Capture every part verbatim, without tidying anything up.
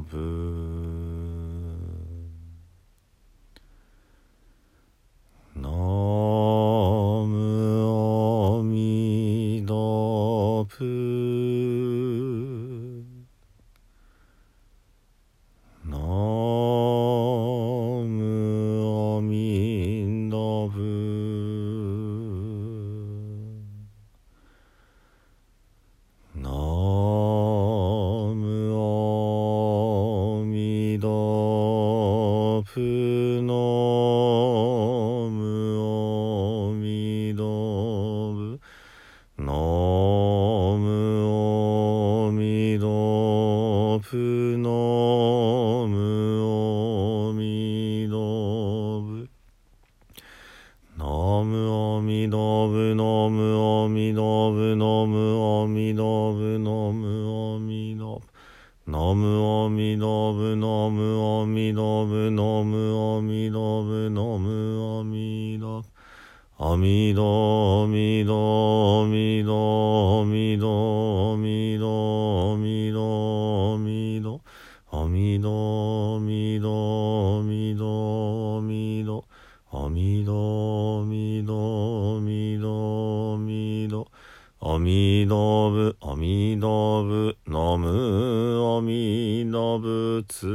ぶナムアミダプナムアミダプナムアミダプナナムアミダプナムアミダプナムアミダプナムアミダプナムアミダプナムアミダプナムアミダプナムアミダプナムアミダプナムアミダプアミダアミダアミダアミダアミダアミダアミダアミダアミダアミダアミダアミダアミダアミダアミダアミダブアミダブナムアミダ仏。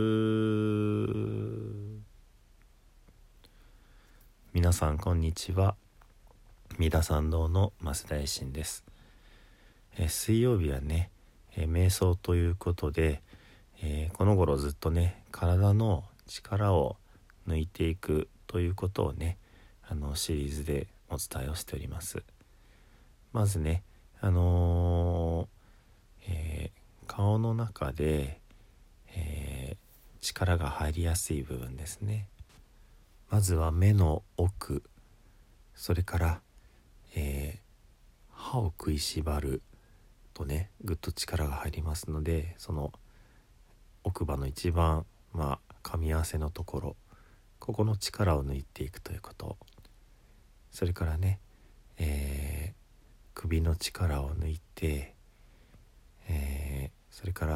皆さんこんにちは。三田参道の増田衛進です。え水曜日はね、え瞑想ということで、えー、この頃ずっとね体の力を抜いていくということをねあのシリーズでお伝えをしております。まずねあのーえー、顔の中で、えー、力が入りやすい部分ですね。まずは目の奥、それから、えー、歯を食いしばるとねぐっと力が入りますので、その奥歯の一番まあ噛み合わせのところ、ここの力を抜いていくということ。それからね、えー、首の力を抜いて、えー、それから、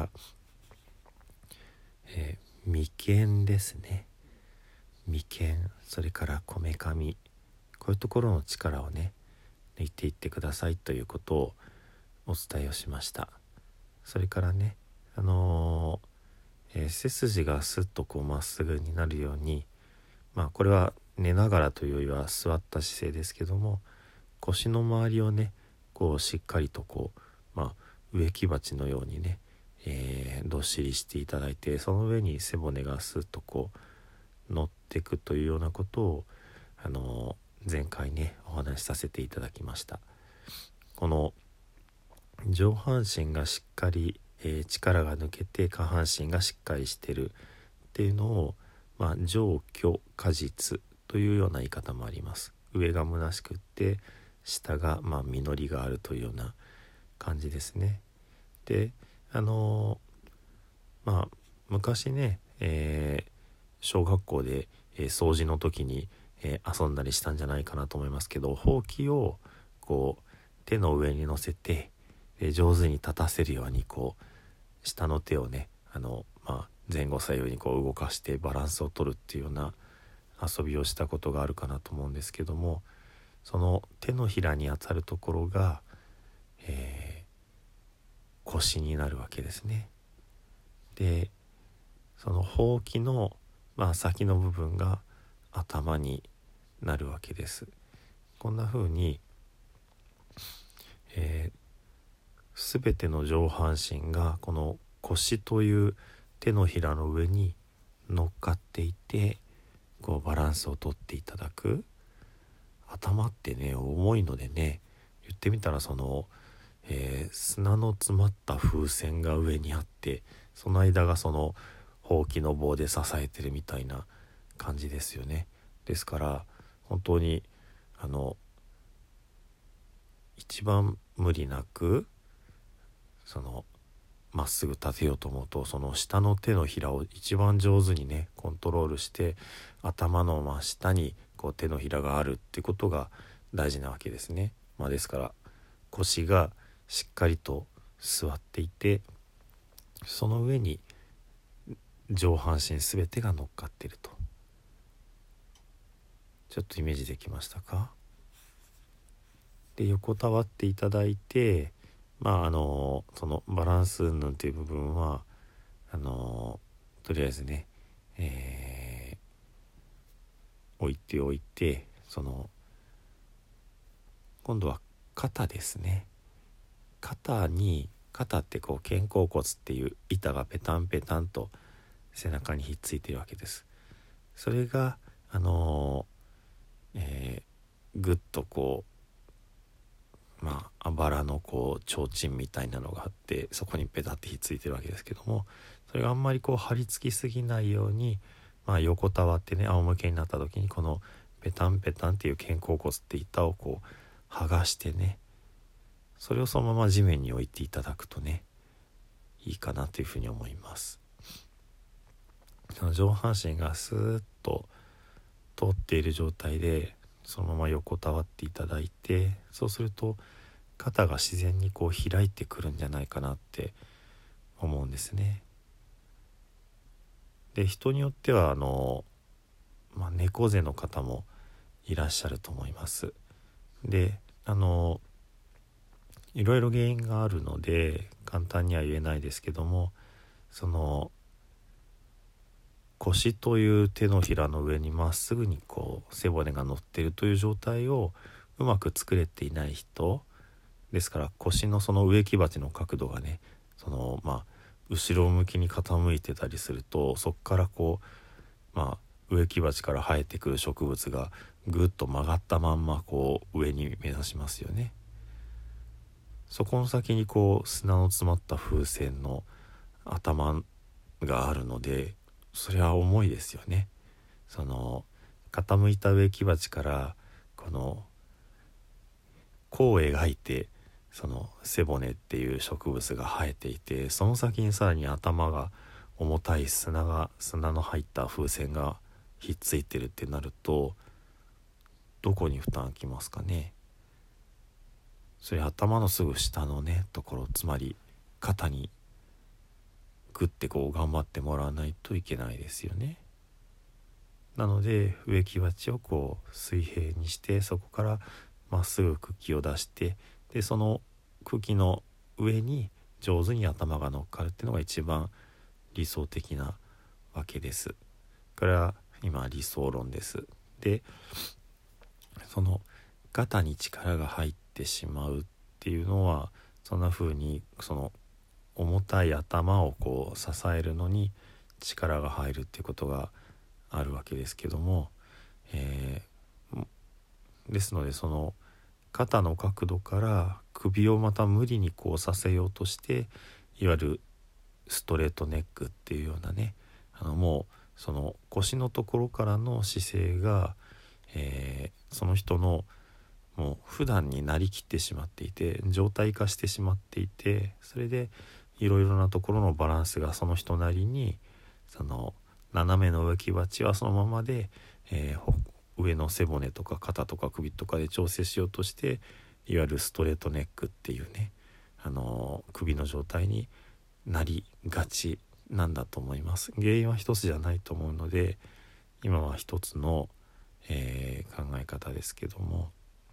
えー、眉間ですね。眉間、それからこめかみ、こういうところの力をね抜いていってくださいということをお伝えをしました。それからねあのーえー、背筋がスッとこうまっすぐになるように、まあこれは寝ながらというよりは座った姿勢ですけども、腰の周りをねこうしっかりとこう、まあ、植木鉢のようにね、えー、どっしりしていただいて、その上に背骨がスッとこう乗っていくというようなことをあの前回ねお話しさせていただきました。この上半身がしっかり、えー、力が抜けて下半身がしっかりしてるっていうのを、まあ、上虚下実というような言い方もあります。上が虚しくって下がまあ実りがあるというような感じですね。であのー、まあ昔ね、えー、小学校で、えー、掃除の時に、えー、遊んだりしたんじゃないかなと思いますけど、ほうきをこう手の上に乗せて、えー、上手に立たせるようにこう下の手をねあの、まあ、前後左右にこう動かしてバランスを取るっていうような遊びをしたことがあるかなと思うんですけども、その手のひらに当たるところが、えー、腰になるわけですね。でそのほうきの、まあ、先の部分が頭になるわけです。こんな風に、えー、全ての上半身がこの腰という手のひらの上に乗っかっていて、こうバランスをとっていただく。頭ってね重いのでね、言ってみたらその、えー、砂の詰まった風船が上にあって、その間がそのほうきの棒で支えてるみたいな感じですよね。ですから本当にあの一番無理なくそのまっすぐ立てようと思うと、その下の手のひらを一番上手にねコントロールして、頭の真下にこう手のひらがあるってことが大事なわけですね。まあ、ですから腰がしっかりと座っていて、その上に上半身すべてが乗っかっていると。ちょっとイメージできましたか？で横たわっていただいて、まああのそのバランス云々という部分はあのとりあえずね、えー、置いておいて、その今度は肩ですね。肩に肩ってこう肩甲骨っていう板がペタンペタンと背中にひっついているわけです。それがあのーえー、ぐっとこうまああばらのこう提灯みたいなのがあって、そこにペタってひっついてるわけですけども、それがあんまりこう張り付きすぎないように、まあ、横たわってね仰向けになった時にこのペタンペタンっていう肩甲骨って板をこう剥がしてね、それをそのまま地面に置いていただくとねいいかなというふうに思います。その上半身がスーッと通っている状態でそのまま横たわっていただいて、そうすると肩が自然にこう開いてくるんじゃないかなって思うんですね。で人によってはあの、まあ、猫背の方もいらっしゃると思います。であのいろいろ原因があるので簡単には言えないですけども、その腰という手のひらの上にまっすぐにこう背骨が乗っているという状態をうまく作れていない人ですから、腰のその植木鉢の角度がねそのまあ後ろ向きに傾いてたりすると、そこからこうまあ植木鉢から生えてくる植物がぐっと曲がったまんまこう上に目指しますよね。そこの先にこう砂の詰まった風船の頭があるので、それは重いですよね。その傾いた植木鉢からこの弧を描いてその背骨っていう植物が生えていて、その先にさらに頭が重たい砂が砂の入った風船がひっついてるってなると、どこに負担きますかね。それ頭のすぐ下のねところ、つまり肩にグッてこう頑張ってもらわないといけないですよね。なので植木鉢をこう水平にして、そこからまっすぐ茎を出して、でその茎の上に上手に頭が乗っかるっていうのが一番理想的なわけです。これは今理想論です。でその肩に力が入ってしまうっていうのは、そんな風にその重たい頭をこう支えるのに力が入るっていうことがあるわけですけども、えー、ですのでその肩の角度から首をまた無理にこうさせようとして、いわゆるストレートネックっていうようなね、あのもうその腰のところからの姿勢が、えー、その人のもう普段になりきってしまっていて、状態化してしまっていて、それでいろいろなところのバランスがその人なりに、その斜めの植木鉢はそのままで、えー、上の背骨とか肩とか首とかで調整しようとして、いわゆるストレートネックっていうね、あのー、首の状態になりがちなんだと思います。原因は一つじゃないと思うので、今は一つの、えー、考え方ですけども、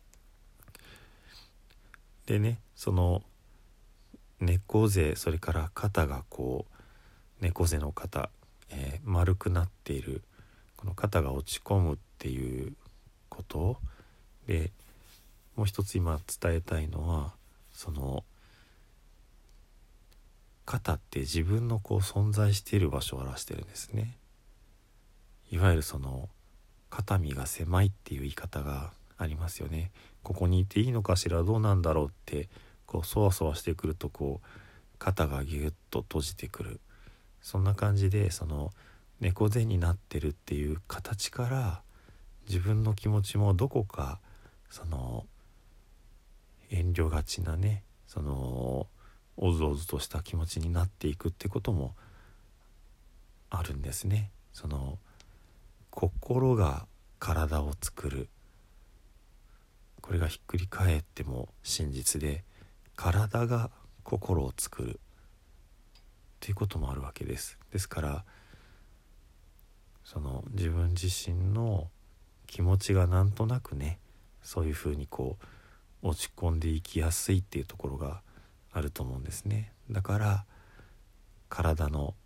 でね、その猫背、それから肩がこう猫背の肩、えー、丸くなっている、この肩が落ち込むっていうことで、もう一つ今伝えたいのは、その肩って自分のこう存在している場所を表してるんですね。いわゆるその肩身が狭いっていう言い方がありますよね。ここにいていいのかしら、どうなんだろうってこうそわそわしてくると、こう肩がギュッと閉じてくる。そんな感じで、その猫背になってるっていう形から自分の気持ちもどこかその遠慮がちなね、そのおずおずとした気持ちになっていくってこともあるんですね。その心が体を作る、これがひっくり返っても真実で、体が心を作るっていうこともあるわけです。ですからその自分自身の気持ちがなんとなくねそういうふうにこう落ち込んでいきやすいっていうところがあると思うんですね。だから体の、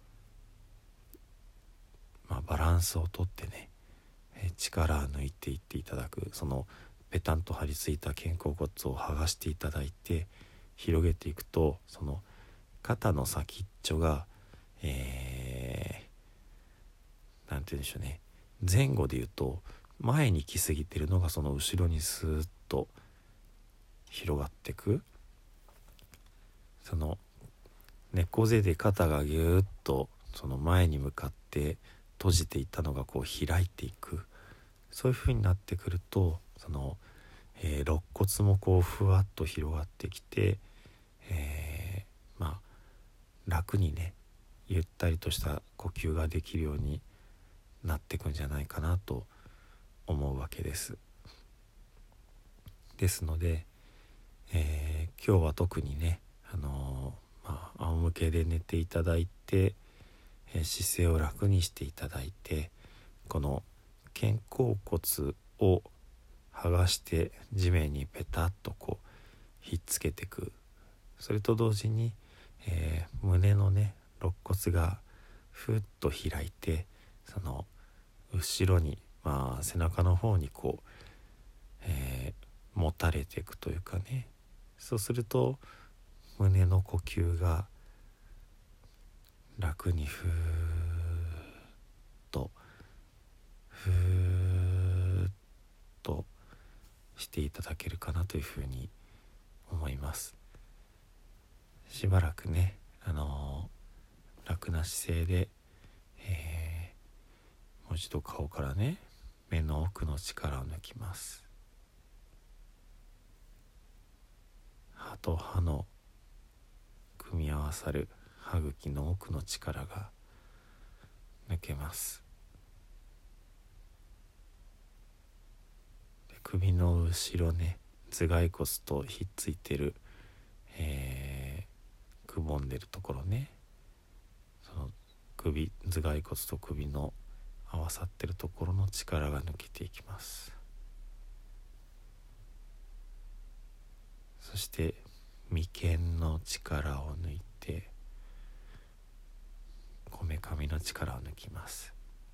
まあ、バランスをとってね力を抜いていっていただく、そのペタンと張り付いた肩甲骨を剥がしていただいて広げていくと、その肩の先っちょが、えー、なんて言うんでしょうね、前後で言うと前に来すぎてるのがその後ろにスーッと広がっていく、その猫背で肩がぎゅーっとその前に向かって閉じていったのがこう開いていく、そういう風になってくるとその、えー、肋骨もこうふわっと広がってきて、えー、まあ楽にねゆったりとした呼吸ができるようになっていくんじゃないかなと思うわけです。ですので、えー、今日は特にね、あのーまあ、仰向けで寝ていただいて、えー、姿勢を楽にしていただいて、この肩甲骨を剥がして地面にペタッとこうひっつけていく。それと同時に、えー、胸のね肋骨がふっと開いて、その後ろに、まあ、背中の方にこう、えー、もたれていくというかね、そうすると胸の呼吸が楽にふーっとふーっとしていただけるかなというふうに思います。しばらくね、あのー、楽な姿勢で、えー、もう一度顔からね目の奥の力を抜きます。歯と歯の組み合わさる歯茎の奥の力が抜けます。で首の後ろね、頭蓋骨とひっついてる、えー、くぼんでるところね、その首頭蓋骨と首の合わさってるところの力が抜けていきます。そして眉間の力を抜いてこめかみの力を抜きます。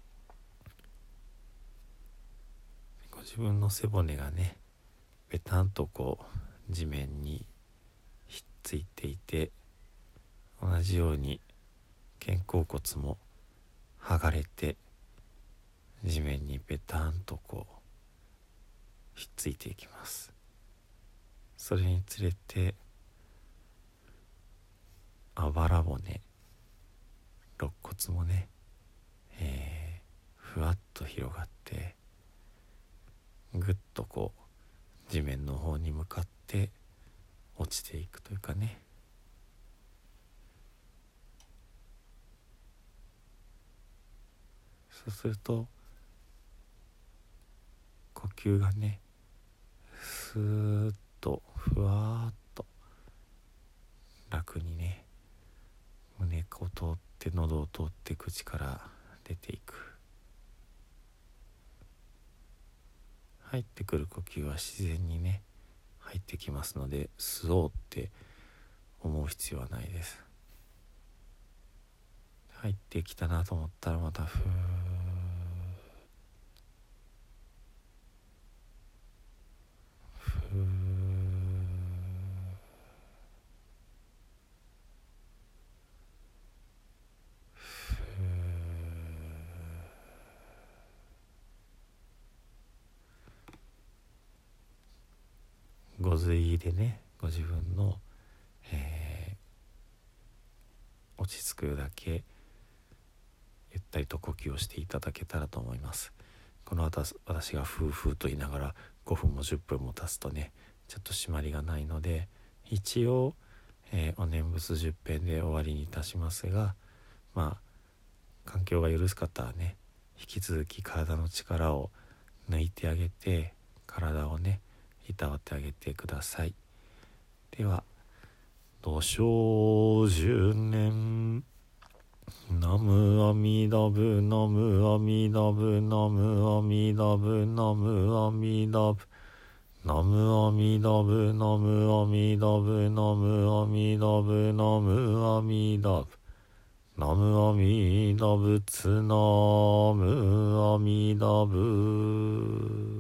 ご自分の背骨がねペタンとこう地面にひっついていて、同じように肩甲骨も剥がれて地面にペタンとこうひっついていきます。それにつれてあばら骨、肋骨もね、えー、ふわっと広がってぐっとこう地面の方に向かって落ちていくというかね、そうすると呼吸がねスーッとふわーっと楽にね胸を通って喉を通って口から出ていく。入ってくる呼吸は自然にね入ってきますので、吸おうって思う必要はないです。入ってきたなと思ったらまたふーふーご随でねご自分の、えー、落ち着くだけゆったりと呼吸をしていただけたらと思います。この後私がふーふーと言いながらごふんもじゅっぷんも経つとねちょっと締まりがないので、一応、えー、お念仏じゅっぺんで終わりにいたしますが、まあ環境が許す方はね引き続き体の力を抜いてあげて体をねいたわってあげてください。では、土生十年ナムアミダブナムアミダブナムアミダブナムアミダブナムアミダブナムアミダブナムアミダブナムアミダブナムアミダブツナムアミダブ